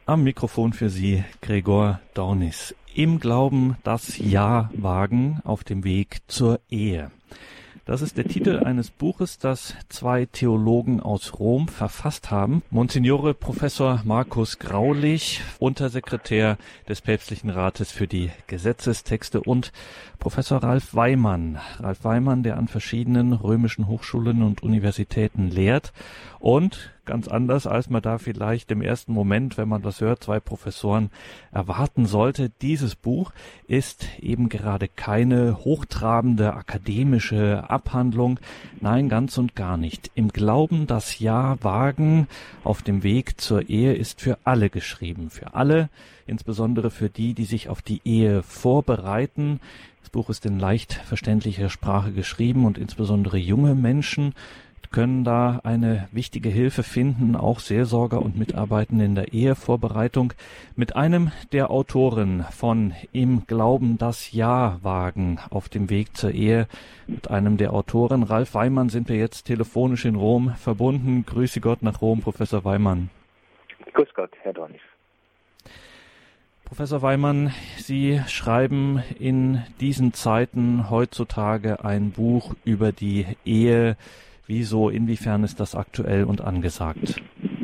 Am Mikrofon für Sie Gregor Dornis. Im Glauben das Ja wagen auf dem Weg zur Ehe. Das ist der Titel eines Buches, das zwei Theologen aus Rom verfasst haben. Monsignore Professor Markus Graulich, Untersekretär des Päpstlichen Rates für die Gesetzestexte, und Professor Ralf Weimann. Ralf Weimann, der an verschiedenen römischen Hochschulen und Universitäten lehrt und ganz anders, als man da vielleicht im ersten Moment, wenn man das hört, zwei Professoren erwarten sollte. Dieses Buch ist eben gerade keine hochtrabende akademische Abhandlung. Nein, ganz und gar nicht. Im Glauben das Ja wagen auf dem Weg zur Ehe ist für alle geschrieben. Für alle, insbesondere für die, die sich auf die Ehe vorbereiten. Das Buch ist in leicht verständlicher Sprache geschrieben und insbesondere junge Menschen können da eine wichtige Hilfe finden, auch Seelsorger und Mitarbeitende in der Ehevorbereitung. Mit einem der Autoren von Im Glauben das Ja wagen auf dem Weg zur Ehe, mit einem der Autoren, Ralf Weimann, sind wir jetzt telefonisch in Rom verbunden. Grüße Gott nach Rom, Professor Weimann. Grüß Gott, Herr Dornis. Professor Weimann, Sie schreiben in diesen Zeiten heutzutage ein Buch über die Ehe. Wieso, inwiefern ist das aktuell und angesagt?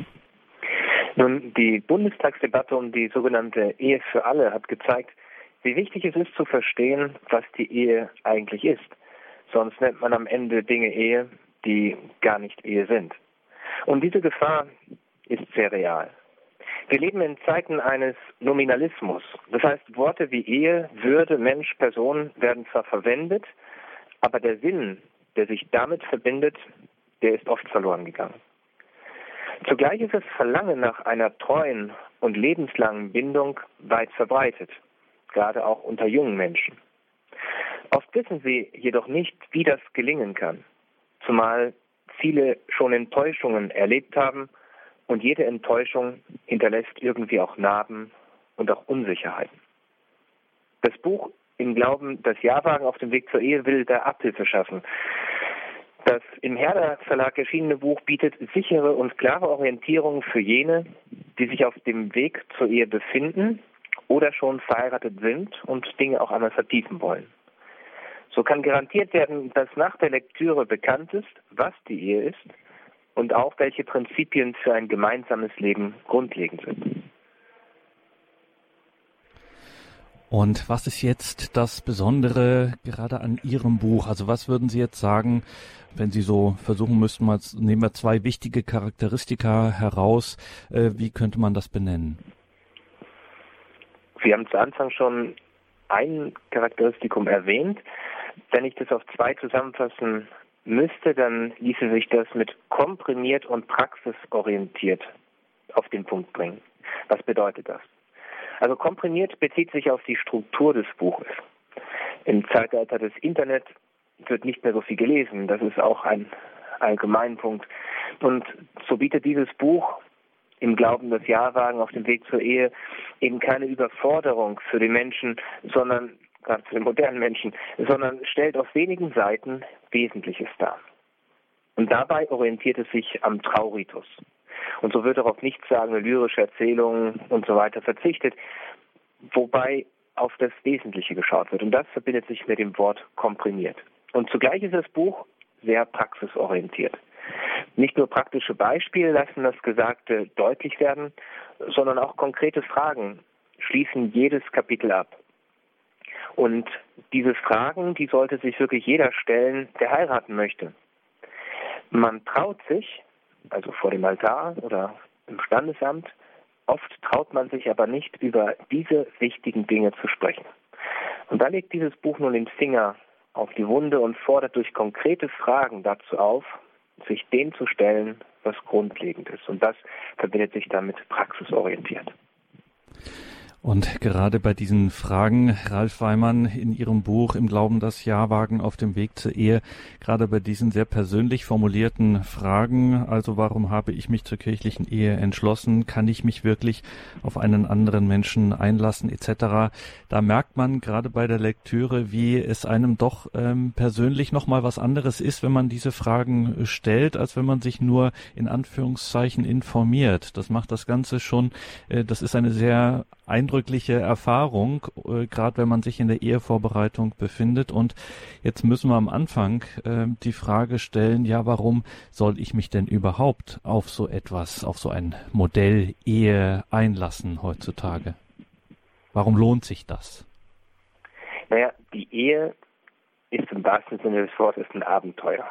Nun, die Bundestagsdebatte um die sogenannte Ehe für alle hat gezeigt, wie wichtig es ist zu verstehen, was die Ehe eigentlich ist. Sonst nennt man am Ende Dinge Ehe, die gar nicht Ehe sind. Und diese Gefahr ist sehr real. Wir leben in Zeiten eines Nominalismus. Das heißt, Worte wie Ehe, Würde, Mensch, Person werden zwar verwendet, aber der Sinn, der sich damit verbindet, der ist oft verloren gegangen. Zugleich ist das Verlangen nach einer treuen und lebenslangen Bindung weit verbreitet, gerade auch unter jungen Menschen. Oft wissen sie jedoch nicht, wie das gelingen kann, zumal viele schon Enttäuschungen erlebt haben und jede Enttäuschung hinterlässt irgendwie auch Narben und auch Unsicherheiten. Das Buch Im Glauben das Ja wagen auf dem Weg zur Ehe will da Abhilfe schaffen. Das im Herder Verlag erschienene Buch bietet sichere und klare Orientierung für jene, die sich auf dem Weg zur Ehe befinden oder schon verheiratet sind und Dinge auch einmal vertiefen wollen. So kann garantiert werden, dass nach der Lektüre bekannt ist, was die Ehe ist und auch welche Prinzipien für ein gemeinsames Leben grundlegend sind. Und was ist jetzt das Besondere gerade an Ihrem Buch? Also was würden Sie jetzt sagen, wenn Sie so versuchen müssten, nehmen wir zwei wichtige Charakteristika heraus, wie könnte man das benennen? Sie haben zu Anfang schon ein Charakteristikum erwähnt. Wenn ich das auf zwei zusammenfassen müsste, dann ließe sich das mit komprimiert und praxisorientiert auf den Punkt bringen. Was bedeutet das? Also komprimiert bezieht sich auf die Struktur des Buches. Im Zeitalter des Internet wird nicht mehr so viel gelesen. Das ist auch ein Allgemeinpunkt. Und so bietet dieses Buch Im Glauben das Ja wagen auf dem Weg zur Ehe eben keine Überforderung für den Menschen, sondern gerade für den modernen Menschen, sondern stellt auf wenigen Seiten Wesentliches dar. Und dabei orientiert es sich am Trauritus. Und so wird auch auf nichtssagende lyrische Erzählungen und so weiter verzichtet, wobei auf das Wesentliche geschaut wird. Und das verbindet sich mit dem Wort komprimiert. Und zugleich ist das Buch sehr praxisorientiert. Nicht nur praktische Beispiele lassen das Gesagte deutlich werden, sondern auch konkrete Fragen schließen jedes Kapitel ab. Und diese Fragen, die sollte sich wirklich jeder stellen, der heiraten möchte. Man traut sich, also vor dem Altar oder im Standesamt, oft traut man sich aber nicht, über diese wichtigen Dinge zu sprechen. Und da legt dieses Buch nun den Finger auf die Wunde und fordert durch konkrete Fragen dazu auf, sich dem zu stellen, was grundlegend ist. Und das verbindet sich damit praxisorientiert. Und gerade bei diesen Fragen, Ralf Weimann in Ihrem Buch Im Glauben das Ja wagen auf dem Weg zur Ehe, gerade bei diesen sehr persönlich formulierten Fragen, also warum habe ich mich zur kirchlichen Ehe entschlossen, kann ich mich wirklich auf einen anderen Menschen einlassen etc., da merkt man gerade bei der Lektüre, wie es einem doch persönlich nochmal was anderes ist, wenn man diese Fragen stellt, als wenn man sich nur in Anführungszeichen informiert. Das macht das Ganze schon, das ist eine sehr eindrückliche Erfahrung, gerade wenn man sich in der Ehevorbereitung befindet. Und jetzt müssen wir am Anfang die Frage stellen, ja, warum soll ich mich denn überhaupt auf so etwas, auf so ein Modell Ehe einlassen heutzutage? Warum lohnt sich das? Naja, die Ehe ist im wahrsten Sinne des Wortes ein Abenteuer.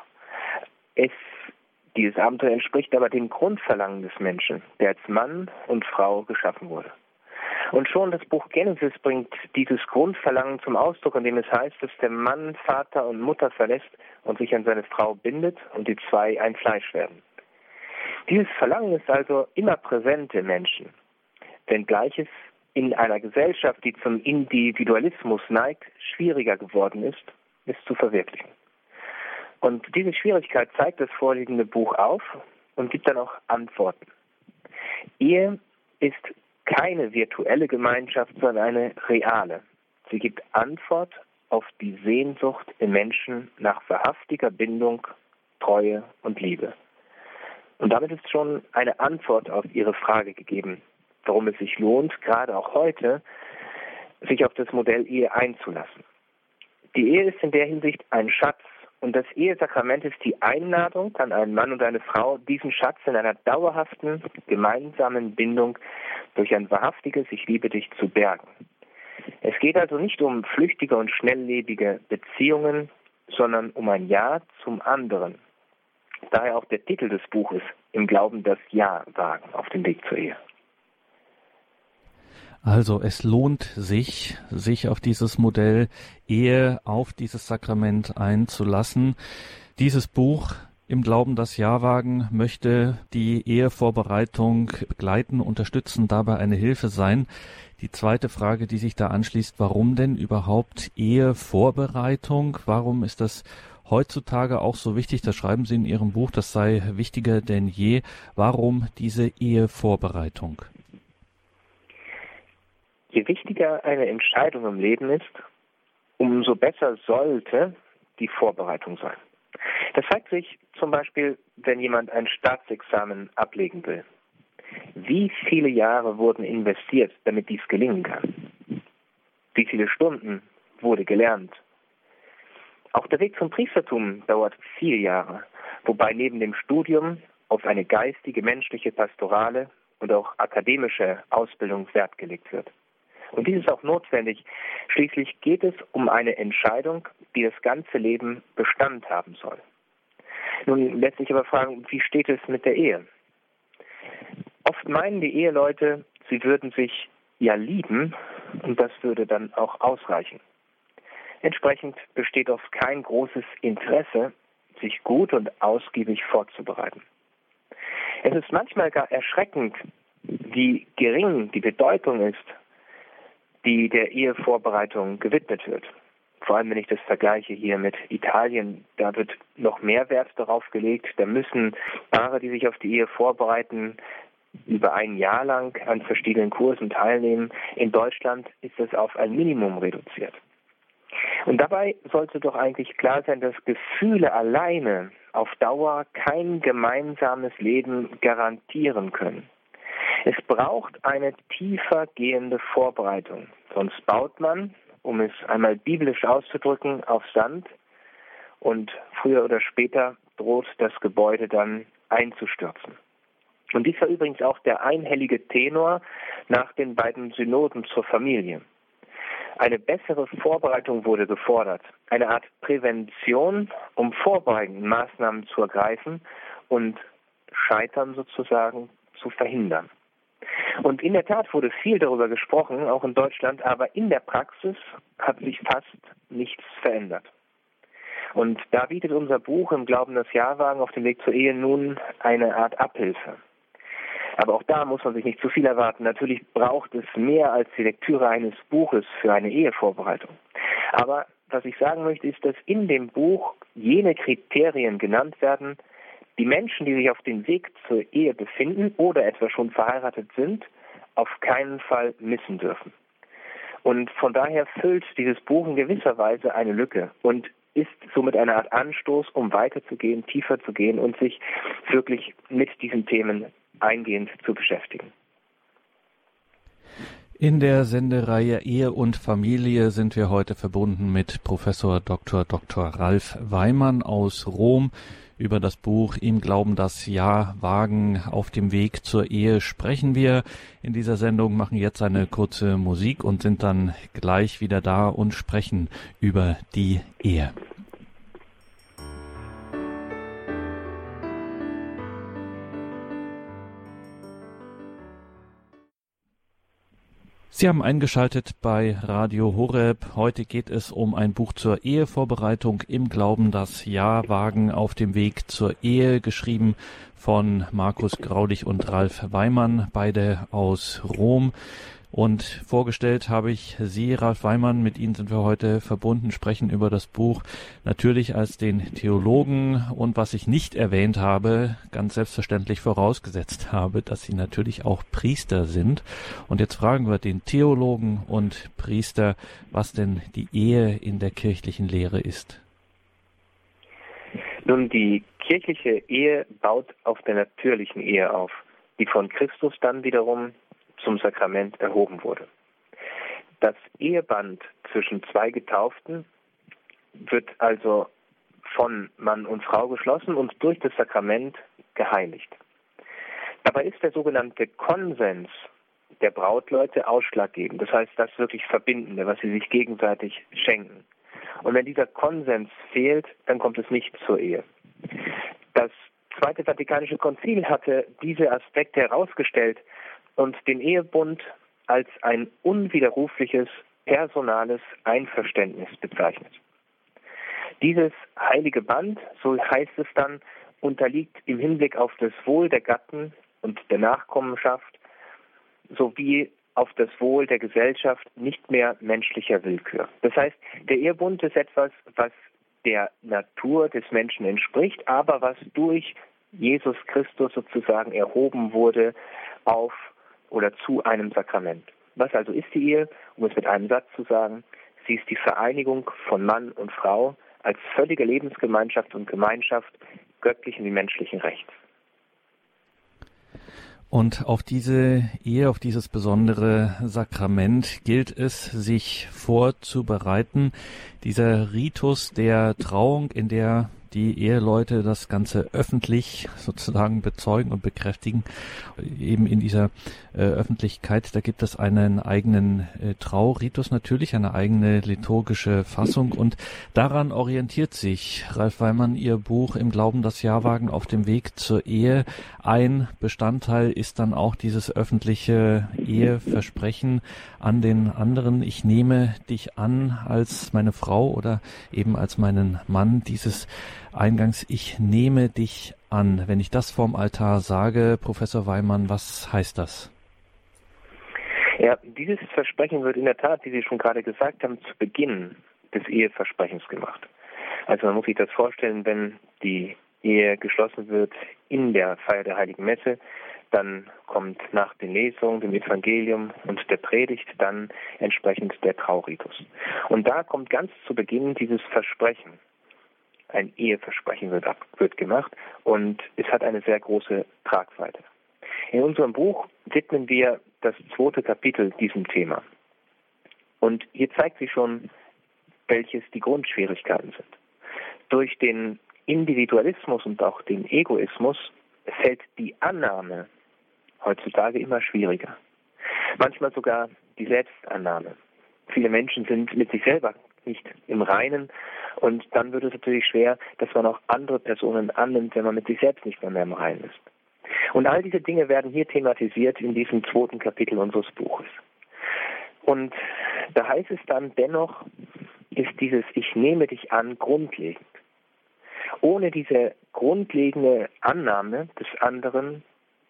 Dieses Abenteuer entspricht aber dem Grundverlangen des Menschen, der als Mann und Frau geschaffen wurde. Und schon das Buch Genesis bringt dieses Grundverlangen zum Ausdruck, indem es heißt, dass der Mann Vater und Mutter verlässt und sich an seine Frau bindet und die zwei ein Fleisch werden. Dieses Verlangen ist also immer präsent im Menschen, wenngleich es in einer Gesellschaft, die zum Individualismus neigt, schwieriger geworden ist, es zu verwirklichen. Und diese Schwierigkeit zeigt das vorliegende Buch auf und gibt dann auch Antworten. Ehe ist keine virtuelle Gemeinschaft, sondern eine reale. Sie gibt Antwort auf die Sehnsucht im Menschen nach wahrhaftiger Bindung, Treue und Liebe. Und damit ist schon eine Antwort auf Ihre Frage gegeben, warum es sich lohnt, gerade auch heute, sich auf das Modell Ehe einzulassen. Die Ehe ist in der Hinsicht ein Schatz und das Ehesakrament ist die Einladung an einen Mann und eine Frau, diesen Schatz in einer dauerhaften, gemeinsamen Bindung durch ein wahrhaftiges Ich liebe dich zu bergen. Es geht also nicht um flüchtige und schnelllebige Beziehungen, sondern um ein Ja zum anderen. Daher auch der Titel des Buches, Im Glauben das Ja wagen auf dem Weg zur Ehe. Also es lohnt sich, sich auf dieses Modell Ehe, auf dieses Sakrament einzulassen. Dieses Buch Im Glauben das Ja wagen möchte die Ehevorbereitung begleiten, unterstützen, dabei eine Hilfe sein. Die zweite Frage, die sich da anschließt, warum denn überhaupt Ehevorbereitung? Warum ist das heutzutage auch so wichtig? Das schreiben Sie in Ihrem Buch, das sei wichtiger denn je. Warum diese Ehevorbereitung? Je wichtiger eine Entscheidung im Leben ist, umso besser sollte die Vorbereitung sein. Das zeigt sich zum Beispiel, wenn jemand ein Staatsexamen ablegen will. Wie viele Jahre wurden investiert, damit dies gelingen kann? Wie viele Stunden wurde gelernt? Auch der Weg zum Priestertum dauert 4 Jahre, wobei neben dem Studium auf eine geistige, menschliche, pastorale und auch akademische Ausbildung Wert gelegt wird. Und dies ist auch notwendig. Schließlich geht es um eine Entscheidung, die das ganze Leben Bestand haben soll. Nun lässt sich aber fragen, wie steht es mit der Ehe? Oft meinen die Eheleute, sie würden sich ja lieben und das würde dann auch ausreichen. Entsprechend besteht oft kein großes Interesse, sich gut und ausgiebig vorzubereiten. Es ist manchmal gar erschreckend, wie gering die Bedeutung ist, die der Ehevorbereitung gewidmet wird. Vor allem, wenn ich das vergleiche hier mit Italien, da wird noch mehr Wert darauf gelegt. Da müssen Paare, die sich auf die Ehe vorbereiten, über ein Jahr lang an verschiedenen Kursen teilnehmen. In Deutschland ist das auf ein Minimum reduziert. Und dabei sollte doch eigentlich klar sein, dass Gefühle alleine auf Dauer kein gemeinsames Leben garantieren können. Es braucht eine tiefer gehende Vorbereitung. Sonst baut man, um es einmal biblisch auszudrücken, auf Sand und früher oder später droht das Gebäude dann einzustürzen. Und dies war übrigens auch der einhellige Tenor nach den beiden Synoden zur Familie. Eine bessere Vorbereitung wurde gefordert, eine Art Prävention, um vorbeugende Maßnahmen zu ergreifen und Scheitern sozusagen zu verhindern. Und in der Tat wurde viel darüber gesprochen, auch in Deutschland, aber in der Praxis hat sich fast nichts verändert. Und da bietet unser Buch Im Glauben das Ja wagen auf dem Weg zur Ehe nun eine Art Abhilfe. Aber auch da muss man sich nicht zu viel erwarten. Natürlich braucht es mehr als die Lektüre eines Buches für eine Ehevorbereitung. Aber was ich sagen möchte, ist, dass in dem Buch jene Kriterien genannt werden, die Menschen, die sich auf dem Weg zur Ehe befinden oder etwa schon verheiratet sind, auf keinen Fall missen dürfen. Und von daher füllt dieses Buch in gewisser Weise eine Lücke und ist somit eine Art Anstoß, um weiterzugehen, tiefer zu gehen und sich wirklich mit diesen Themen eingehend zu beschäftigen. In der Sendereihe Ehe und Familie sind wir heute verbunden mit Professor Dr. Ralf Weimann aus Rom. Über das Buch Im Glauben das Ja wagen auf dem Weg zur Ehe sprechen wir in dieser Sendung, machen jetzt eine kurze Musik und sind dann gleich wieder da und sprechen über die Ehe. Sie haben eingeschaltet bei Radio Horeb. Heute geht es um ein Buch zur Ehevorbereitung im Glauben das Ja wagen auf dem Weg zur Ehe, geschrieben von Markus Graulich und Ralf Weimann, beide aus Rom. Und vorgestellt habe ich Sie, Ralf Weimann, mit Ihnen sind wir heute verbunden, sprechen über das Buch natürlich als den Theologen und was ich nicht erwähnt habe, ganz selbstverständlich vorausgesetzt habe, dass Sie natürlich auch Priester sind. Und jetzt fragen wir den Theologen und Priester, was denn die Ehe in der kirchlichen Lehre ist. Nun, die kirchliche Ehe baut auf der natürlichen Ehe auf, die von Christus dann wiederum zum Sakrament erhoben wurde. Das Eheband zwischen zwei Getauften wird also von Mann und Frau geschlossen und durch das Sakrament geheiligt. Dabei ist der sogenannte Konsens der Brautleute ausschlaggebend, das heißt das wirklich Verbindende, was sie sich gegenseitig schenken. Und wenn dieser Konsens fehlt, dann kommt es nicht zur Ehe. Das Zweite Vatikanische Konzil hatte diese Aspekte herausgestellt und den Ehebund als ein unwiderrufliches, personales Einverständnis bezeichnet. Dieses heilige Band, so heißt es dann, unterliegt im Hinblick auf das Wohl der Gatten und der Nachkommenschaft sowie auf das Wohl der Gesellschaft nicht mehr menschlicher Willkür. Das heißt, der Ehebund ist etwas, was der Natur des Menschen entspricht, aber was durch Jesus Christus sozusagen erhoben wurde auf oder zu einem Sakrament. Was also ist die Ehe? Um es mit einem Satz zu sagen, sie ist die Vereinigung von Mann und Frau als völlige Lebensgemeinschaft und Gemeinschaft göttlichen wie menschlichen Rechts. Und auf diese Ehe, auf dieses besondere Sakrament gilt es, sich vorzubereiten. Dieser Ritus der Trauung, in der die Eheleute das Ganze öffentlich sozusagen bezeugen und bekräftigen, eben in dieser Öffentlichkeit, da gibt es einen eigenen Trauritus natürlich, eine eigene liturgische Fassung und daran orientiert sich, Ralf Weimann, Ihr Buch Im Glauben das Ja wagen auf dem Weg zur Ehe. Ein Bestandteil ist dann auch dieses öffentliche Eheversprechen an den anderen. Ich nehme dich an als meine Frau oder eben als meinen Mann, dieses Eingangs, ich nehme dich an. Wenn ich das vorm Altar sage, Professor Weimann, was heißt das? Ja, dieses Versprechen wird in der Tat, wie Sie schon gerade gesagt haben, zu Beginn des Eheversprechens gemacht. Also man muss sich das vorstellen, wenn die Ehe geschlossen wird in der Feier der Heiligen Messe, dann kommt nach den Lesungen, dem Evangelium und der Predigt dann entsprechend der Trauritus. Und da kommt ganz zu Beginn dieses Versprechen. Ein Eheversprechen wird gemacht und es hat eine sehr große Tragweite. In unserem Buch widmen wir das 2. Kapitel diesem Thema. Und hier zeigt sich schon, welches die Grundschwierigkeiten sind. Durch den Individualismus und auch den Egoismus fällt die Annahme heutzutage immer schwieriger. Manchmal sogar die Selbstannahme. Viele Menschen sind mit sich selber nicht im Reinen und dann wird es natürlich schwer, dass man auch andere Personen annimmt, wenn man mit sich selbst nicht mehr im Reinen ist. Und all diese Dinge werden hier thematisiert in diesem 2. Kapitel unseres Buches. Und da heißt es dann, dennoch ist dieses Ich nehme dich an grundlegend. Ohne diese grundlegende Annahme des anderen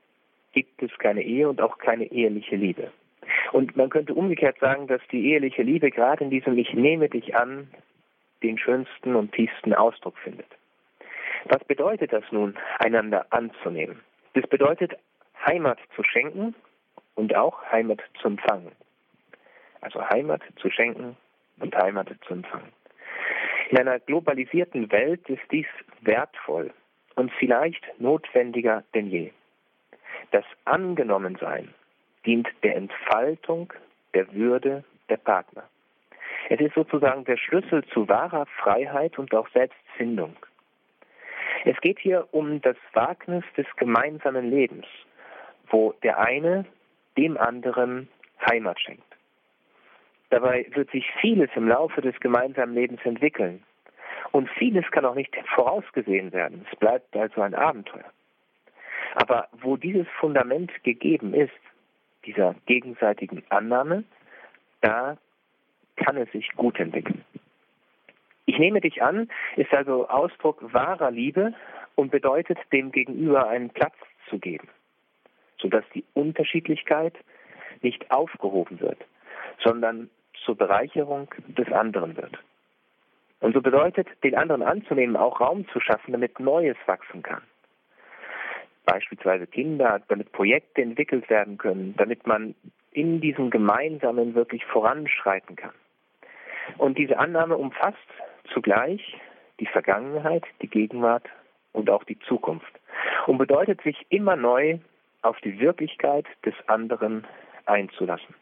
gibt es keine Ehe und auch keine eheliche Liebe. Und man könnte umgekehrt sagen, dass die eheliche Liebe gerade in diesem Ich nehme dich an den schönsten und tiefsten Ausdruck findet. Was bedeutet das nun, einander anzunehmen? Das bedeutet, Heimat zu schenken und auch Heimat zu empfangen. Also Heimat zu schenken und Heimat zu empfangen. In einer globalisierten Welt ist dies wertvoll und vielleicht notwendiger denn je. Das Angenommensein dient der Entfaltung der Würde der Partner. Es ist sozusagen der Schlüssel zu wahrer Freiheit und auch Selbstfindung. Es geht hier um das Wagnis des gemeinsamen Lebens, wo der eine dem anderen Heimat schenkt. Dabei wird sich vieles im Laufe des gemeinsamen Lebens entwickeln. Und vieles kann auch nicht vorausgesehen werden. Es bleibt also ein Abenteuer. Aber wo dieses Fundament gegeben ist, dieser gegenseitigen Annahme, da kann es sich gut entwickeln. Ich nehme dich an, ist also Ausdruck wahrer Liebe und bedeutet, dem Gegenüber einen Platz zu geben, sodass die Unterschiedlichkeit nicht aufgehoben wird, sondern zur Bereicherung des anderen wird. Und so bedeutet, den anderen anzunehmen, auch Raum zu schaffen, damit Neues wachsen kann. Beispielsweise Kinder, damit Projekte entwickelt werden können, damit man in diesem Gemeinsamen wirklich voranschreiten kann. Und diese Annahme umfasst zugleich die Vergangenheit, die Gegenwart und auch die Zukunft und bedeutet, sich immer neu auf die Wirklichkeit des anderen einzulassen.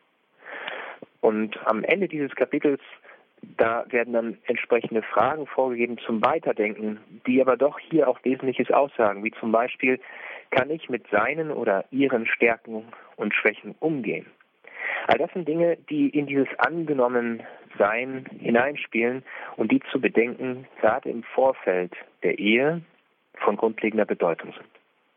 Und am Ende dieses Kapitels, da werden dann entsprechende Fragen vorgegeben zum Weiterdenken, die aber doch hier auch Wesentliches aussagen, wie zum Beispiel, kann ich mit seinen oder ihren Stärken und Schwächen umgehen? All das sind Dinge, die in dieses Angenommensein hineinspielen und die zu bedenken, gerade im Vorfeld der Ehe von grundlegender Bedeutung sind.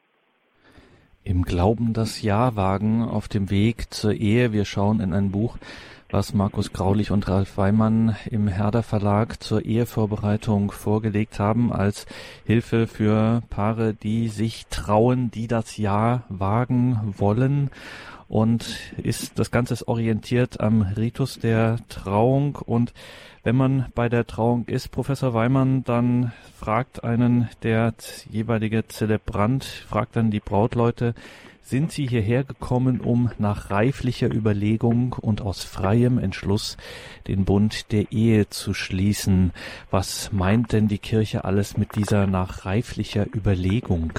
Im Glauben das Ja wagen auf dem Weg zur Ehe. Wir schauen in ein Buch, was Markus Graulich und Ralf Weimann im Herder Verlag zur Ehevorbereitung vorgelegt haben, als Hilfe für Paare, die sich trauen, die das Ja wagen wollen. Und das Ganze ist orientiert am Ritus der Trauung. Und wenn man bei der Trauung ist, Professor Weimann, dann fragt einen der jeweilige Zelebrant, fragt dann die Brautleute, sind Sie hierher gekommen, um nach reiflicher Überlegung und aus freiem Entschluss den Bund der Ehe zu schließen? Was meint denn die Kirche alles mit dieser nach reiflicher Überlegung?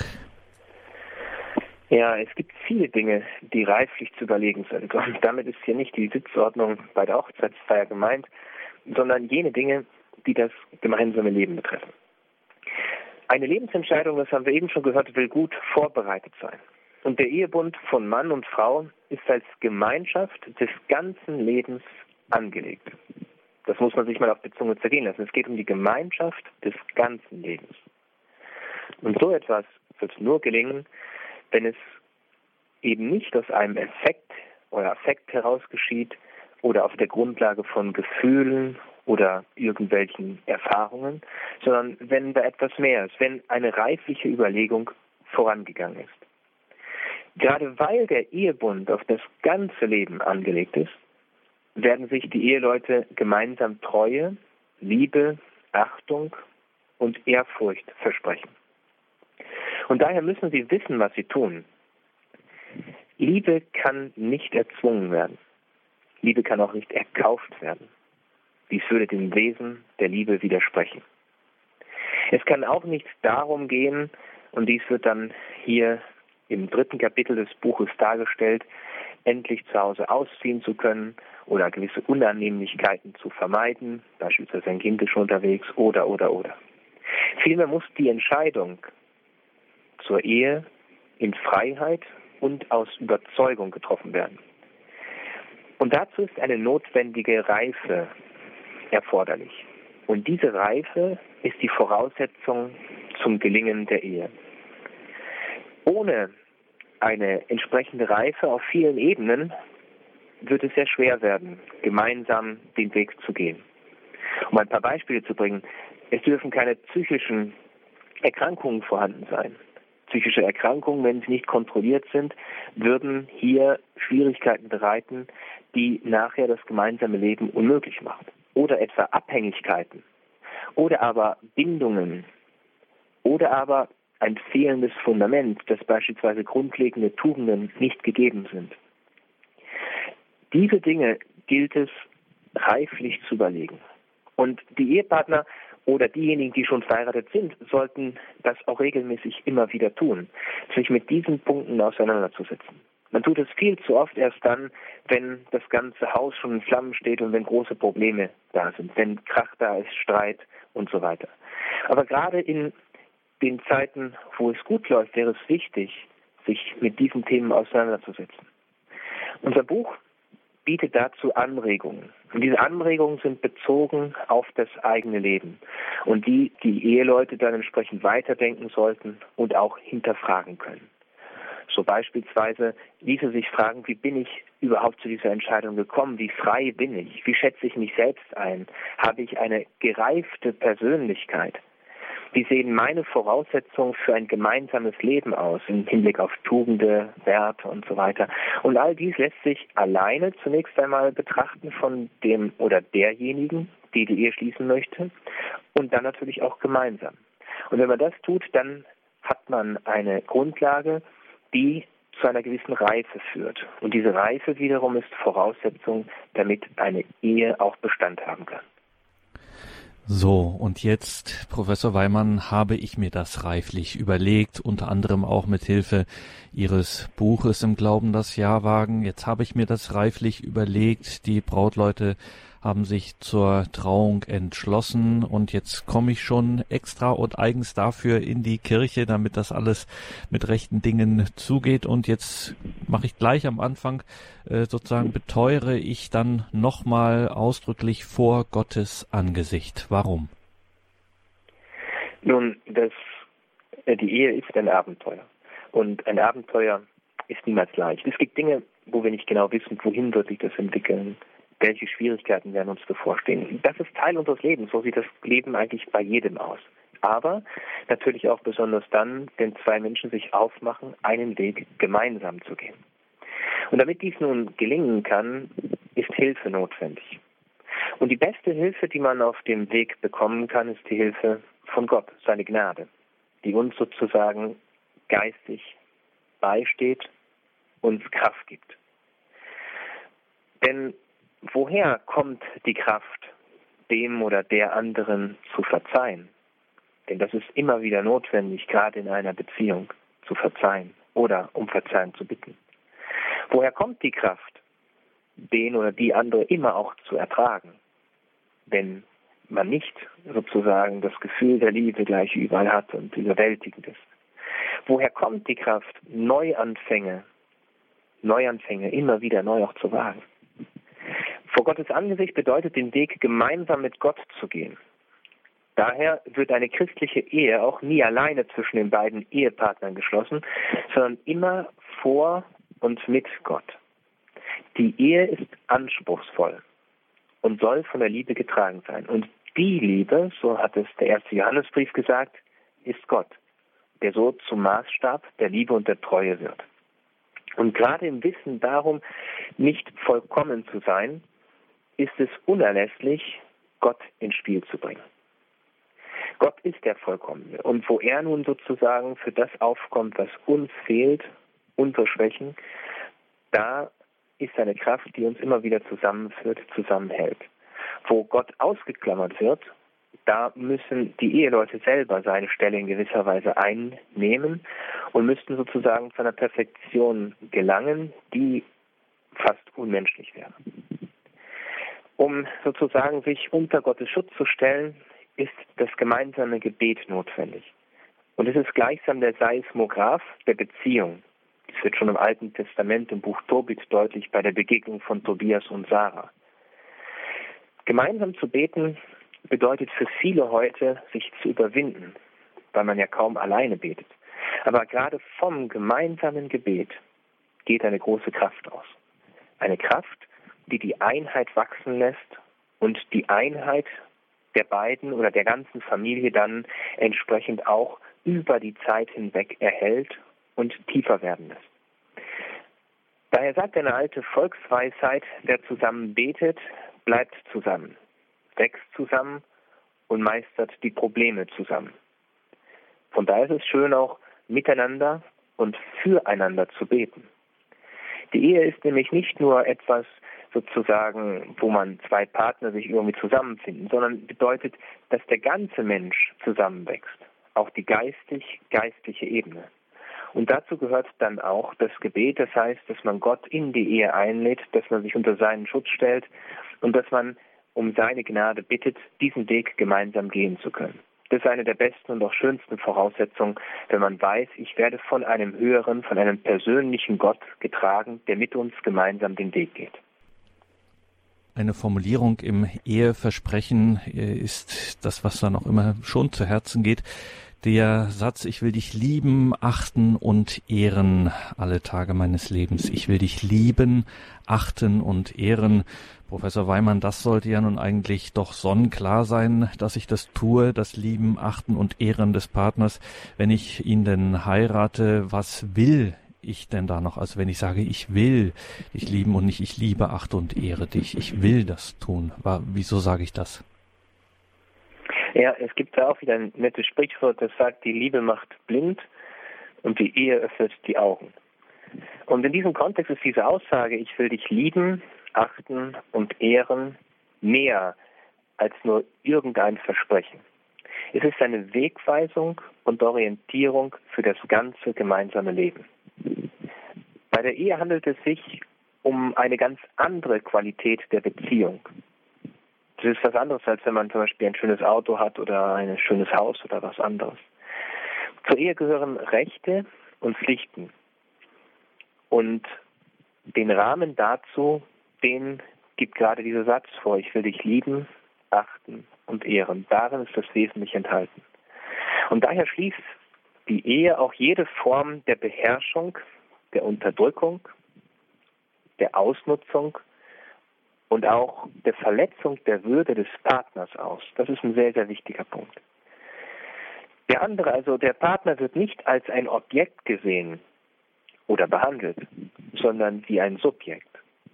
Ja, es gibt viele Dinge, die reiflich zu überlegen sind. Und damit ist hier nicht die Sitzordnung bei der Hochzeitsfeier gemeint, sondern jene Dinge, die das gemeinsame Leben betreffen. Eine Lebensentscheidung, das haben wir eben schon gehört, will gut vorbereitet sein. Und der Ehebund von Mann und Frau ist als Gemeinschaft des ganzen Lebens angelegt. Das muss man sich mal auf die Zunge zergehen lassen. Es geht um die Gemeinschaft des ganzen Lebens. Und so etwas wird nur gelingen, wenn es eben nicht aus einem Affekt heraus geschieht oder auf der Grundlage von Gefühlen oder irgendwelchen Erfahrungen, sondern wenn da etwas mehr ist, wenn eine reifliche Überlegung vorangegangen ist. Gerade weil der Ehebund auf das ganze Leben angelegt ist, werden sich die Eheleute gemeinsam Treue, Liebe, Achtung und Ehrfurcht versprechen. Und daher müssen sie wissen, was sie tun. Liebe kann nicht erzwungen werden. Liebe kann auch nicht erkauft werden. Dies würde dem Wesen der Liebe widersprechen. Es kann auch nicht darum gehen, und dies wird dann hier im 3. Kapitel des Buches dargestellt, endlich zu Hause ausziehen zu können oder gewisse Unannehmlichkeiten zu vermeiden, beispielsweise ein Kind ist schon unterwegs oder. Vielmehr muss die Entscheidung zur Ehe in Freiheit und aus Überzeugung getroffen werden. Und dazu ist eine notwendige Reife erforderlich. Und diese Reife ist die Voraussetzung zum Gelingen der Ehe. Ohne eine entsprechende Reife auf vielen Ebenen wird es sehr schwer werden, gemeinsam den Weg zu gehen. Um ein paar Beispiele zu bringen, es dürfen keine psychischen Erkrankungen vorhanden sein. psychische Erkrankungen, wenn sie nicht kontrolliert sind, würden hier Schwierigkeiten bereiten, die nachher das gemeinsame Leben unmöglich machen. Oder etwa Abhängigkeiten. Oder aber Bindungen. Oder aber ein fehlendes Fundament, dass beispielsweise grundlegende Tugenden nicht gegeben sind. Diese Dinge gilt es reiflich zu überlegen. Und die Ehepartner oder diejenigen, die schon verheiratet sind, sollten das auch regelmäßig immer wieder tun, sich mit diesen Punkten auseinanderzusetzen. Man tut es viel zu oft erst dann, wenn das ganze Haus schon in Flammen steht und wenn große Probleme da sind, wenn Krach da ist, Streit und so weiter. Aber gerade in den Zeiten, wo es gut läuft, wäre es wichtig, sich mit diesen Themen auseinanderzusetzen. Unser Buch bietet dazu Anregungen. Und diese Anregungen sind bezogen auf das eigene Leben und die Eheleute dann entsprechend weiterdenken sollten und auch hinterfragen können. So beispielsweise ließe sich fragen, wie bin ich überhaupt zu dieser Entscheidung gekommen? Wie frei bin ich? Wie schätze ich mich selbst ein? Habe ich eine gereifte Persönlichkeit? Wie sehen meine Voraussetzungen für ein gemeinsames Leben aus im Hinblick auf Tugende, Werte und so weiter? Und all dies lässt sich alleine zunächst einmal betrachten von dem oder derjenigen, die die Ehe schließen möchte, und dann natürlich auch gemeinsam. Und wenn man das tut, dann hat man eine Grundlage, die zu einer gewissen Reife führt. Und diese Reife wiederum ist Voraussetzung, damit eine Ehe auch Bestand haben kann. So, und jetzt, Professor Weimann, habe ich mir das reiflich überlegt, unter anderem auch mit Hilfe Ihres Buches Im Glauben das Ja wagen. Jetzt habe ich mir das reiflich überlegt. Die Brautleute haben sich zur Trauung entschlossen und jetzt komme ich schon extra und eigens dafür in die Kirche, damit das alles mit rechten Dingen zugeht. Und jetzt mache ich gleich am Anfang beteure ich dann nochmal ausdrücklich vor Gottes Angesicht. Warum? Nun, die Ehe ist ein Abenteuer. Und ein Abenteuer ist niemals leicht. Es gibt Dinge, wo wir nicht genau wissen, wohin wird sich das entwickeln, welche Schwierigkeiten werden uns bevorstehen. Das ist Teil unseres Lebens. So sieht das Leben eigentlich bei jedem aus. Aber natürlich auch besonders dann, wenn zwei Menschen sich aufmachen, einen Weg gemeinsam zu gehen. Und damit dies nun gelingen kann, ist Hilfe notwendig. Und die beste Hilfe, die man auf dem Weg bekommen kann, ist die Hilfe von Gott, seine Gnade, die uns sozusagen geistig beisteht, uns Kraft gibt. Denn woher kommt die Kraft, dem oder der anderen zu verzeihen? Denn das ist immer wieder notwendig, gerade in einer Beziehung, zu verzeihen oder um Verzeihen zu bitten. Woher kommt die Kraft, den oder die andere immer auch zu ertragen, wenn man nicht sozusagen das Gefühl der Liebe gleich überall hat und überwältigend ist? Woher kommt die Kraft, Neuanfänge immer wieder neu auch zu wagen? Vor Gottes Angesicht bedeutet den Weg, gemeinsam mit Gott zu gehen. Daher wird eine christliche Ehe auch nie alleine zwischen den beiden Ehepartnern geschlossen, sondern immer vor und mit Gott. Die Ehe ist anspruchsvoll und soll von der Liebe getragen sein. Und die Liebe, so hat es der erste Johannesbrief gesagt, ist Gott, der so zum Maßstab der Liebe und der Treue wird. Und gerade im Wissen darum, nicht vollkommen zu sein, ist es unerlässlich, Gott ins Spiel zu bringen. Gott ist der Vollkommene. Und wo er nun sozusagen für das aufkommt, was uns fehlt, unsere Schwächen, da ist eine Kraft, die uns immer wieder zusammenführt, zusammenhält. Wo Gott ausgeklammert wird, da müssen die Eheleute selber seine Stelle in gewisser Weise einnehmen und müssten sozusagen zu einer Perfektion gelangen, die fast unmenschlich wäre. Um sozusagen sich unter Gottes Schutz zu stellen, ist das gemeinsame Gebet notwendig. Und es ist gleichsam der Seismograph der Beziehung. Das wird schon im Alten Testament im Buch Tobit deutlich bei der Begegnung von Tobias und Sarah. Gemeinsam zu beten bedeutet für viele heute, sich zu überwinden, weil man ja kaum alleine betet. Aber gerade vom gemeinsamen Gebet geht eine große Kraft aus. Eine Kraft, die die Einheit wachsen lässt und die Einheit der beiden oder der ganzen Familie dann entsprechend auch über die Zeit hinweg erhält und tiefer werden lässt. Daher sagt eine alte Volksweisheit, wer zusammen betet, bleibt zusammen, wächst zusammen und meistert die Probleme zusammen. Von daher ist es schön, auch miteinander und füreinander zu beten. Die Ehe ist nämlich nicht nur etwas sozusagen, wo man zwei Partner sich irgendwie zusammenfinden, sondern bedeutet, dass der ganze Mensch zusammenwächst, auch die geistliche Ebene. Und dazu gehört dann auch das Gebet, das heißt, dass man Gott in die Ehe einlädt, dass man sich unter seinen Schutz stellt und dass man um seine Gnade bittet, diesen Weg gemeinsam gehen zu können. Das ist eine der besten und auch schönsten Voraussetzungen, wenn man weiß, ich werde von einem höheren, von einem persönlichen Gott getragen, der mit uns gemeinsam den Weg geht. Eine Formulierung im Eheversprechen ist das, was dann auch immer schon zu Herzen geht. Der Satz, ich will dich lieben, achten und ehren alle Tage meines Lebens. Ich will dich lieben, achten und ehren. Professor Weimann, das sollte ja nun eigentlich doch sonnenklar sein, dass ich das tue, das Lieben, Achten und Ehren des Partners. Wenn ich ihn denn heirate, was will ich denn da noch? Also wenn ich sage, ich will dich lieben und nicht ich liebe, achte und ehre dich. Ich will das tun. Wieso sage ich das? Ja, es gibt da auch wieder ein nettes Sprichwort, das sagt, die Liebe macht blind und die Ehe öffnet die Augen. Und in diesem Kontext ist diese Aussage, ich will dich lieben, achten und ehren, mehr als nur irgendein Versprechen. Es ist eine Wegweisung und Orientierung für das ganze gemeinsame Leben. Bei der Ehe handelt es sich um eine ganz andere Qualität der Beziehung. Das ist was anderes, als wenn man zum Beispiel ein schönes Auto hat oder ein schönes Haus oder was anderes. Zur Ehe gehören Rechte und Pflichten. Und den Rahmen dazu, den gibt gerade dieser Satz vor. Ich will dich lieben, achten und ehren. Darin ist das Wesentliche enthalten. Und daher schließt die Ehe auch jede Form der Beherrschung, der Unterdrückung, der Ausnutzung und auch der Verletzung der Würde des Partners aus. Das ist ein sehr, sehr wichtiger Punkt. Der andere, also der Partner, wird nicht als ein Objekt gesehen oder behandelt, sondern wie ein Subjekt.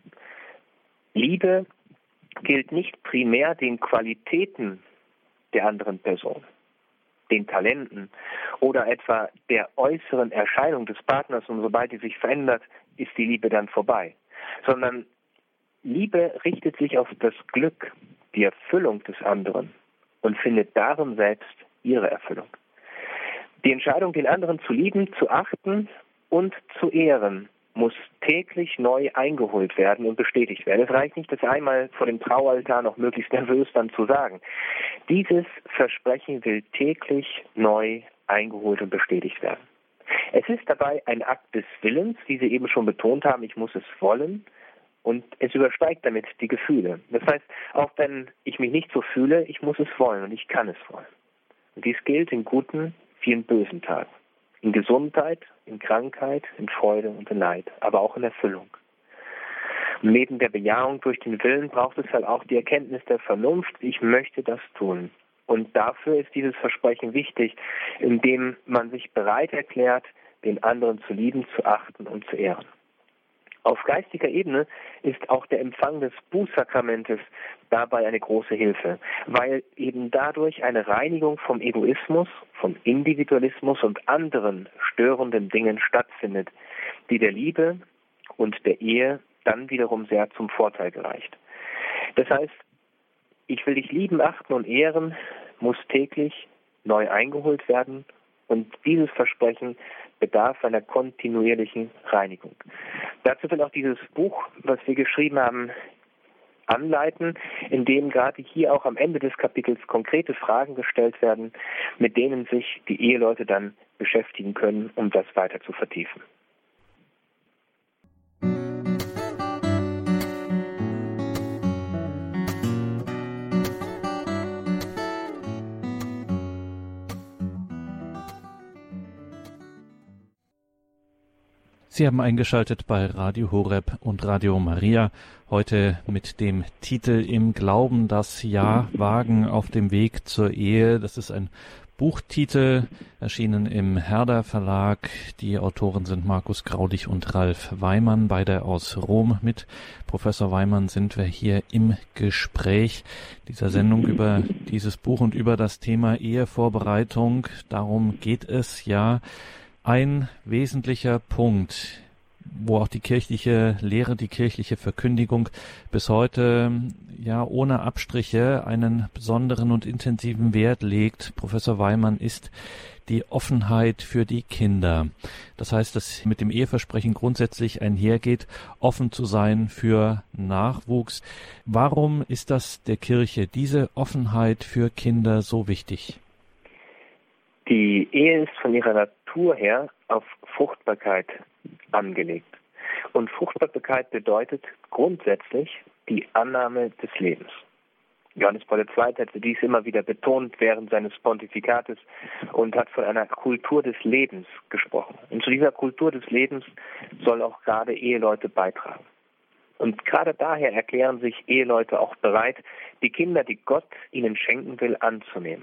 Liebe gilt nicht primär den Qualitäten der anderen Person, den Talenten oder etwa der äußeren Erscheinung des Partners, und sobald die sich verändert, ist die Liebe dann vorbei, sondern Liebe richtet sich auf das Glück, die Erfüllung des anderen und findet darin selbst ihre Erfüllung. Die Entscheidung, den anderen zu lieben, zu achten und zu ehren, muss täglich neu eingeholt werden und bestätigt werden. Es reicht nicht, das einmal vor dem Traualtar noch möglichst nervös dann zu sagen. Dieses Versprechen will täglich neu eingeholt und bestätigt werden. Es ist dabei ein Akt des Willens, wie Sie eben schon betont haben, ich muss es wollen, und es übersteigt damit die Gefühle. Das heißt, auch wenn ich mich nicht so fühle, ich muss es wollen und ich kann es wollen. Und dies gilt in guten wie in bösen Tagen. In Gesundheit, in Krankheit, in Freude und in Leid, aber auch in Erfüllung. Und neben der Bejahung durch den Willen braucht es halt auch die Erkenntnis der Vernunft, ich möchte das tun. Und dafür ist dieses Versprechen wichtig, indem man sich bereit erklärt, den anderen zu lieben, zu achten und zu ehren. Auf geistiger Ebene ist auch der Empfang des Bußsakramentes dabei eine große Hilfe, weil eben dadurch eine Reinigung vom Egoismus, vom Individualismus und anderen störenden Dingen stattfindet, die der Liebe und der Ehe dann wiederum sehr zum Vorteil gereicht. Das heißt, ich will dich lieben, achten und ehren, muss täglich neu eingeholt werden und dieses Versprechen bedarf einer kontinuierlichen Reinigung. Dazu will auch dieses Buch, was wir geschrieben haben, anleiten, in dem gerade hier auch am Ende des Kapitels konkrete Fragen gestellt werden, mit denen sich die Eheleute dann beschäftigen können, um das weiter zu vertiefen. Sie haben eingeschaltet bei Radio Horeb und Radio Maria, heute mit dem Titel Im Glauben das Ja wagen auf dem Weg zur Ehe. Das ist ein Buchtitel, erschienen im Herder Verlag. Die Autoren sind Markus Graudig und Ralf Weimann, beide aus Rom. Mit Professor Weimann sind wir hier im Gespräch dieser Sendung über dieses Buch und über das Thema Ehevorbereitung. Darum geht es ja. Ein wesentlicher Punkt, wo auch die kirchliche Lehre, die kirchliche Verkündigung bis heute ja ohne Abstriche einen besonderen und intensiven Wert legt, Professor Weimann, ist die Offenheit für die Kinder. Das heißt, dass mit dem Eheversprechen grundsätzlich einhergeht, offen zu sein für Nachwuchs. Warum ist das der Kirche, diese Offenheit für Kinder, so wichtig? Die Ehe ist von ihrer Natur her auf Fruchtbarkeit angelegt. Und Fruchtbarkeit bedeutet grundsätzlich die Annahme des Lebens. Johannes Paul II. Hat dies immer wieder betont während seines Pontifikates und hat von einer Kultur des Lebens gesprochen. Und zu dieser Kultur des Lebens soll auch gerade Eheleute beitragen. Und gerade daher erklären sich Eheleute auch bereit, die Kinder, die Gott ihnen schenken will, anzunehmen.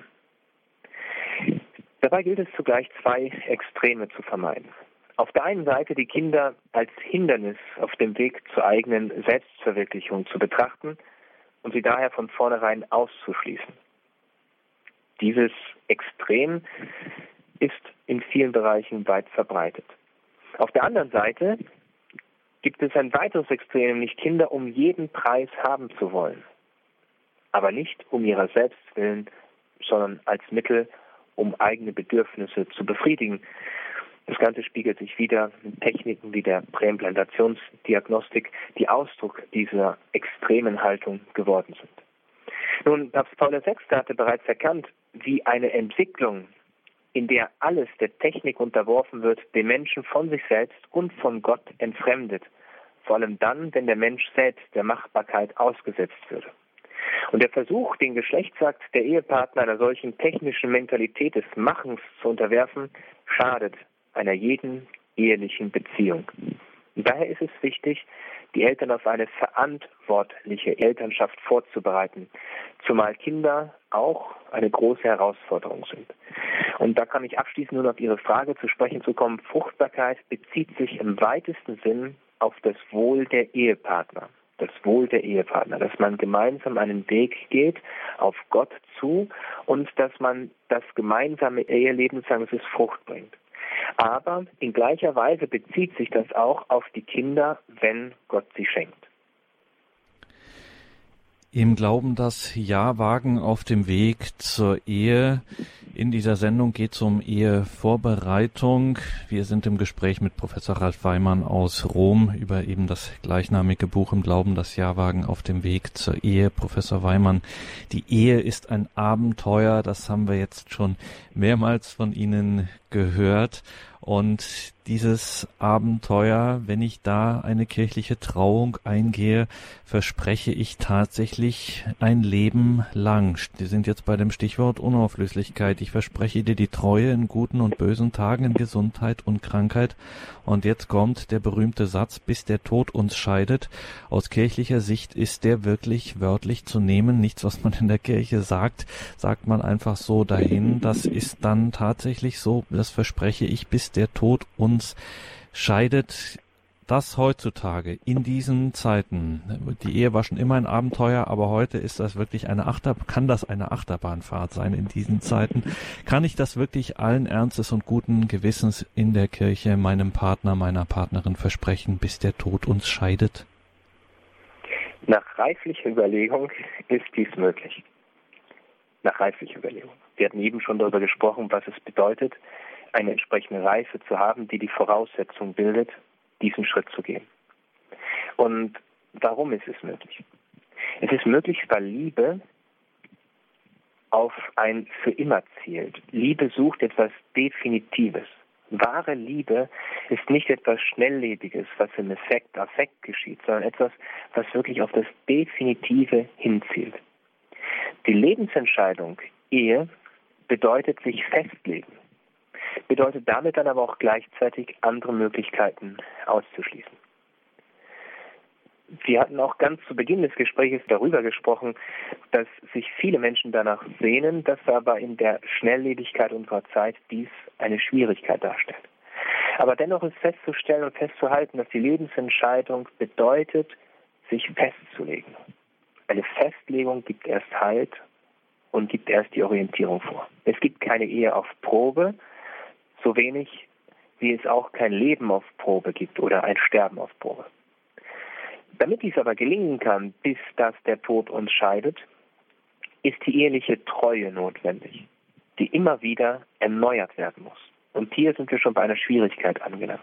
Dabei gilt es zugleich, zwei Extreme zu vermeiden. Auf der einen Seite die Kinder als Hindernis auf dem Weg zur eigenen Selbstverwirklichung zu betrachten und sie daher von vornherein auszuschließen. Dieses Extrem ist in vielen Bereichen weit verbreitet. Auf der anderen Seite gibt es ein weiteres Extrem, nämlich Kinder um jeden Preis haben zu wollen. Aber nicht um ihrer selbst willen, sondern als Mittel, um eigene Bedürfnisse zu befriedigen. Das Ganze spiegelt sich wieder in Techniken wie der Präimplantationsdiagnostik, die Ausdruck dieser extremen Haltung geworden sind. Nun, Papst Paul VI. Hatte bereits erkannt, wie eine Entwicklung, in der alles der Technik unterworfen wird, den Menschen von sich selbst und von Gott entfremdet. Vor allem dann, wenn der Mensch selbst der Machbarkeit ausgesetzt würde. Und der Versuch, den Geschlechtsakt der Ehepartner einer solchen technischen Mentalität des Machens zu unterwerfen, schadet einer jeden ehelichen Beziehung. Und daher ist es wichtig, die Eltern auf eine verantwortliche Elternschaft vorzubereiten, zumal Kinder auch eine große Herausforderung sind. Und da kann ich abschließend nur noch auf Ihre Frage zu sprechen zu kommen. Fruchtbarkeit bezieht sich im weitesten Sinn auf das Wohl der Ehepartner. Das Wohl der Ehepartner, dass man gemeinsam einen Weg geht auf Gott zu und dass man das gemeinsame Eheleben, sagen wir es, Frucht bringt. Aber in gleicher Weise bezieht sich das auch auf die Kinder, wenn Gott sie schenkt. Im Glauben das Ja wagen auf dem Weg zur Ehe. In dieser Sendung geht es um Ehevorbereitung. Wir sind im Gespräch mit Professor Ralf Weimann aus Rom über eben das gleichnamige Buch Im Glauben das Ja wagen auf dem Weg zur Ehe. Professor Weimann, die Ehe ist ein Abenteuer, das haben wir jetzt schon mehrmals von Ihnen gehört. Und dieses Abenteuer, wenn ich da eine kirchliche Trauung eingehe, verspreche ich tatsächlich ein Leben lang. Wir sind jetzt bei dem Stichwort Unauflöslichkeit. Ich verspreche dir die Treue in guten und bösen Tagen, in Gesundheit und Krankheit. Und jetzt kommt der berühmte Satz, bis der Tod uns scheidet. Aus kirchlicher Sicht ist der wirklich wörtlich zu nehmen. Nichts, was man in der Kirche sagt, sagt man einfach so dahin. Das ist dann tatsächlich so, das verspreche ich, bis der Tod uns scheidet. Das heutzutage, in diesen Zeiten, die Ehe war schon immer ein Abenteuer, aber heute ist das wirklich kann das eine Achterbahnfahrt sein in diesen Zeiten? Kann ich das wirklich allen Ernstes und guten Gewissens in der Kirche meinem Partner, meiner Partnerin versprechen, bis der Tod uns scheidet? Nach reiflicher Überlegung ist dies möglich. Nach reiflicher Überlegung. Wir hatten eben schon darüber gesprochen, was es bedeutet, eine entsprechende Reife zu haben, die die Voraussetzung bildet, diesen Schritt zu gehen. Und warum ist es möglich? Es ist möglich, weil Liebe auf ein für immer zielt. Liebe sucht etwas Definitives. Wahre Liebe ist nicht etwas Schnelllebiges, was im Affekt geschieht, sondern etwas, was wirklich auf das Definitive hinzielt. Die Lebensentscheidung Ehe bedeutet sich festlegen, bedeutet damit dann aber auch gleichzeitig andere Möglichkeiten auszuschließen. Wir hatten auch ganz zu Beginn des Gesprächs darüber gesprochen, dass sich viele Menschen danach sehnen, dass aber in der Schnelllebigkeit unserer Zeit dies eine Schwierigkeit darstellt. Aber dennoch ist festzustellen und festzuhalten, dass die Lebensentscheidung bedeutet, sich festzulegen. Eine Festlegung gibt erst Halt und gibt erst die Orientierung vor. Es gibt keine Ehe auf Probe, so wenig wie es auch kein Leben auf Probe gibt oder ein Sterben auf Probe. Damit dies aber gelingen kann, bis dass der Tod uns scheidet, ist die eheliche Treue notwendig, die immer wieder erneuert werden muss. Und hier sind wir schon bei einer Schwierigkeit angelangt.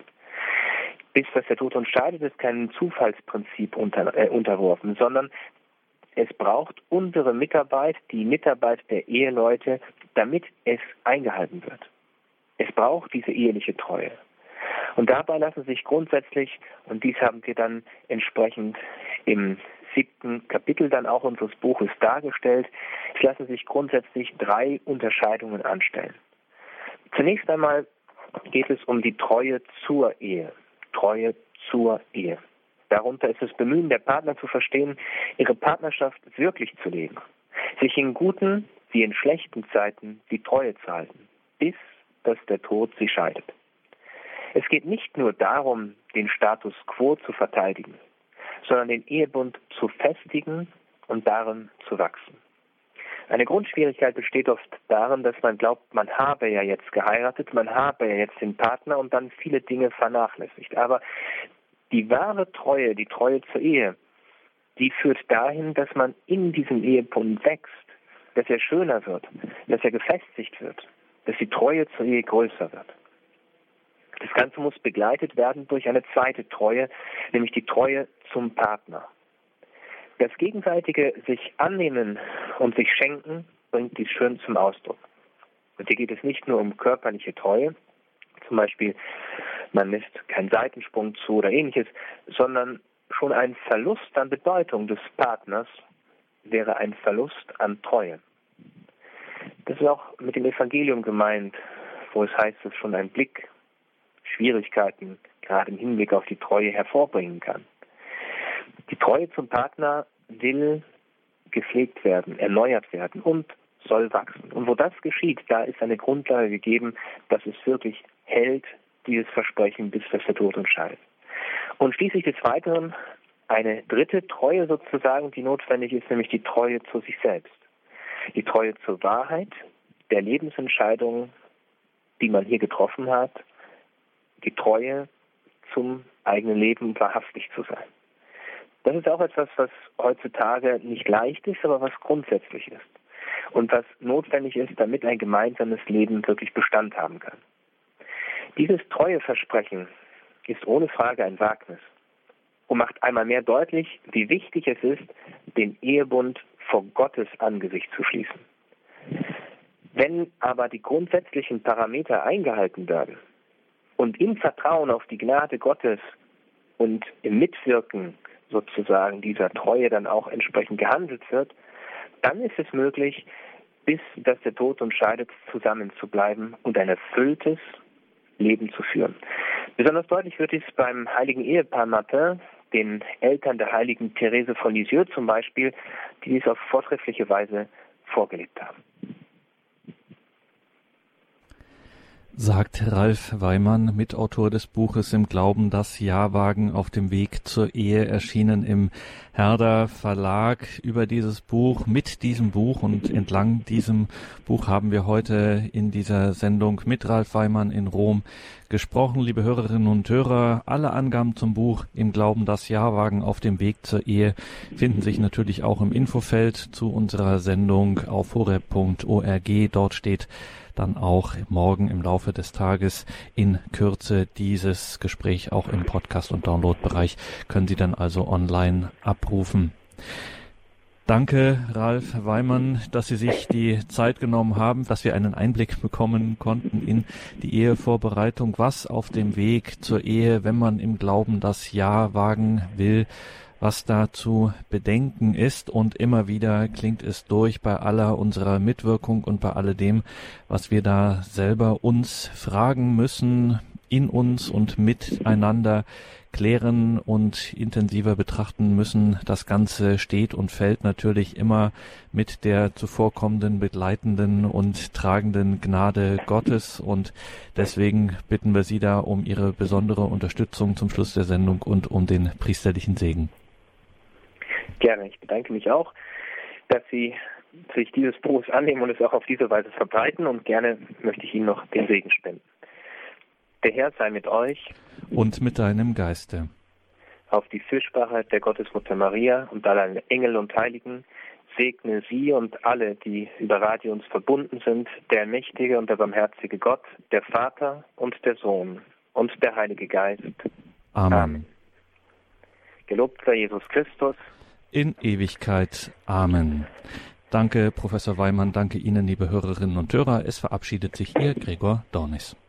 Bis dass der Tod uns scheidet, ist kein Zufallsprinzip unterworfen, sondern es braucht unsere Mitarbeit, die Mitarbeit der Eheleute, damit es eingehalten wird. Es braucht diese eheliche Treue. Und dabei lassen sich grundsätzlich, und dies haben wir dann entsprechend im 7. Kapitel dann auch unseres Buches dargestellt, es lassen sich grundsätzlich 3 Unterscheidungen anstellen. Zunächst einmal geht es um die Treue zur Ehe. Treue zur Ehe. Darunter ist das Bemühen der Partner zu verstehen, ihre Partnerschaft wirklich zu leben, sich in guten wie in schlechten Zeiten die Treue zu halten, bis dass der Tod sie scheidet. Es geht nicht nur darum, den Status quo zu verteidigen, sondern den Ehebund zu festigen und darin zu wachsen. Eine Grundschwierigkeit besteht oft darin, dass man glaubt, man habe ja jetzt geheiratet, man habe ja jetzt den Partner und dann viele Dinge vernachlässigt. Aber die wahre Treue, die Treue zur Ehe, die führt dahin, dass man in diesem Ehebund wächst, dass er schöner wird, dass er gefestigt wird, dass die Treue zur Ehe größer wird. Das Ganze muss begleitet werden durch eine zweite Treue, nämlich die Treue zum Partner. Das gegenseitige sich annehmen und sich schenken bringt dies schön zum Ausdruck. Und hier geht es nicht nur um körperliche Treue, zum Beispiel man lässt keinen Seitensprung zu oder ähnliches, sondern schon ein Verlust an Bedeutung des Partners wäre ein Verlust an Treue. Das ist auch mit dem Evangelium gemeint, wo es heißt, dass schon ein Blick Schwierigkeiten gerade im Hinblick auf die Treue hervorbringen kann. Die Treue zum Partner will gepflegt werden, erneuert werden und soll wachsen. Und wo das geschieht, da ist eine Grundlage gegeben, dass es wirklich hält, dieses Versprechen, bis dass der Tod uns scheidet. Und schließlich des Weiteren eine dritte Treue sozusagen, die notwendig ist, nämlich die Treue zu sich selbst. Die Treue zur Wahrheit, der Lebensentscheidung, die man hier getroffen hat, die Treue zum eigenen Leben wahrhaftig zu sein. Das ist auch etwas, was heutzutage nicht leicht ist, aber was grundsätzlich ist. Und was notwendig ist, damit ein gemeinsames Leben wirklich Bestand haben kann. Dieses Treueversprechen ist ohne Frage ein Wagnis und macht einmal mehr deutlich, wie wichtig es ist, den Ehebund vor Gottes Angesicht zu schließen. Wenn aber die grundsätzlichen Parameter eingehalten werden und im Vertrauen auf die Gnade Gottes und im Mitwirken sozusagen dieser Treue dann auch entsprechend gehandelt wird, dann ist es möglich, bis dass der Tod uns scheidet, zusammen zu bleiben und ein erfülltes Leben zu führen. Besonders deutlich wird dies beim heiligen Ehepaar Martin, den Eltern der heiligen Therese von Lisieux zum Beispiel, die dies auf vortreffliche Weise vorgelebt haben. Sagt Ralf Weimann, Mitautor des Buches Im Glauben das Ja-Wagen auf dem Weg zur Ehe, erschienen im Herder Verlag. Über dieses Buch, mit diesem Buch und entlang diesem Buch haben wir heute in dieser Sendung mit Ralf Weimann in Rom gesprochen. Liebe Hörerinnen und Hörer, alle Angaben zum Buch Im Glauben das Ja-Wagen auf dem Weg zur Ehe finden sich natürlich auch im Infofeld zu unserer Sendung auf horeb.org. Dort steht dann auch morgen im Laufe des Tages in Kürze dieses Gespräch auch im Podcast- und Download-Bereich, können Sie dann also online abrufen. Danke, Ralf Weimann, dass Sie sich die Zeit genommen haben, dass wir einen Einblick bekommen konnten in die Ehevorbereitung, was auf dem Weg zur Ehe, wenn man im Glauben das Ja wagen will, was da zu bedenken ist, und immer wieder klingt es durch bei aller unserer Mitwirkung und bei alledem, was wir da selber uns fragen müssen in uns und miteinander klären und intensiver betrachten müssen. Das Ganze steht und fällt natürlich immer mit der zuvorkommenden, begleitenden und tragenden Gnade Gottes. Und deswegen bitten wir Sie da um Ihre besondere Unterstützung zum Schluss der Sendung und um den priesterlichen Segen. Gerne. Ich bedanke mich auch, dass Sie sich dieses Buches annehmen und es auch auf diese Weise verbreiten. Und gerne möchte ich Ihnen noch den Segen spenden. Der Herr sei mit euch und mit deinem Geiste. Auf die Fürsprache der Gottesmutter Maria und aller Engel und Heiligen segne Sie und alle, die über Radio uns verbunden sind, der allmächtige und der barmherzige Gott, der Vater und der Sohn und der Heilige Geist. Amen. Gelobt sei Jesus Christus. In Ewigkeit. Amen. Danke, Professor Weimann. Danke Ihnen, liebe Hörerinnen und Hörer. Es verabschiedet sich Ihr Gregor Dornis.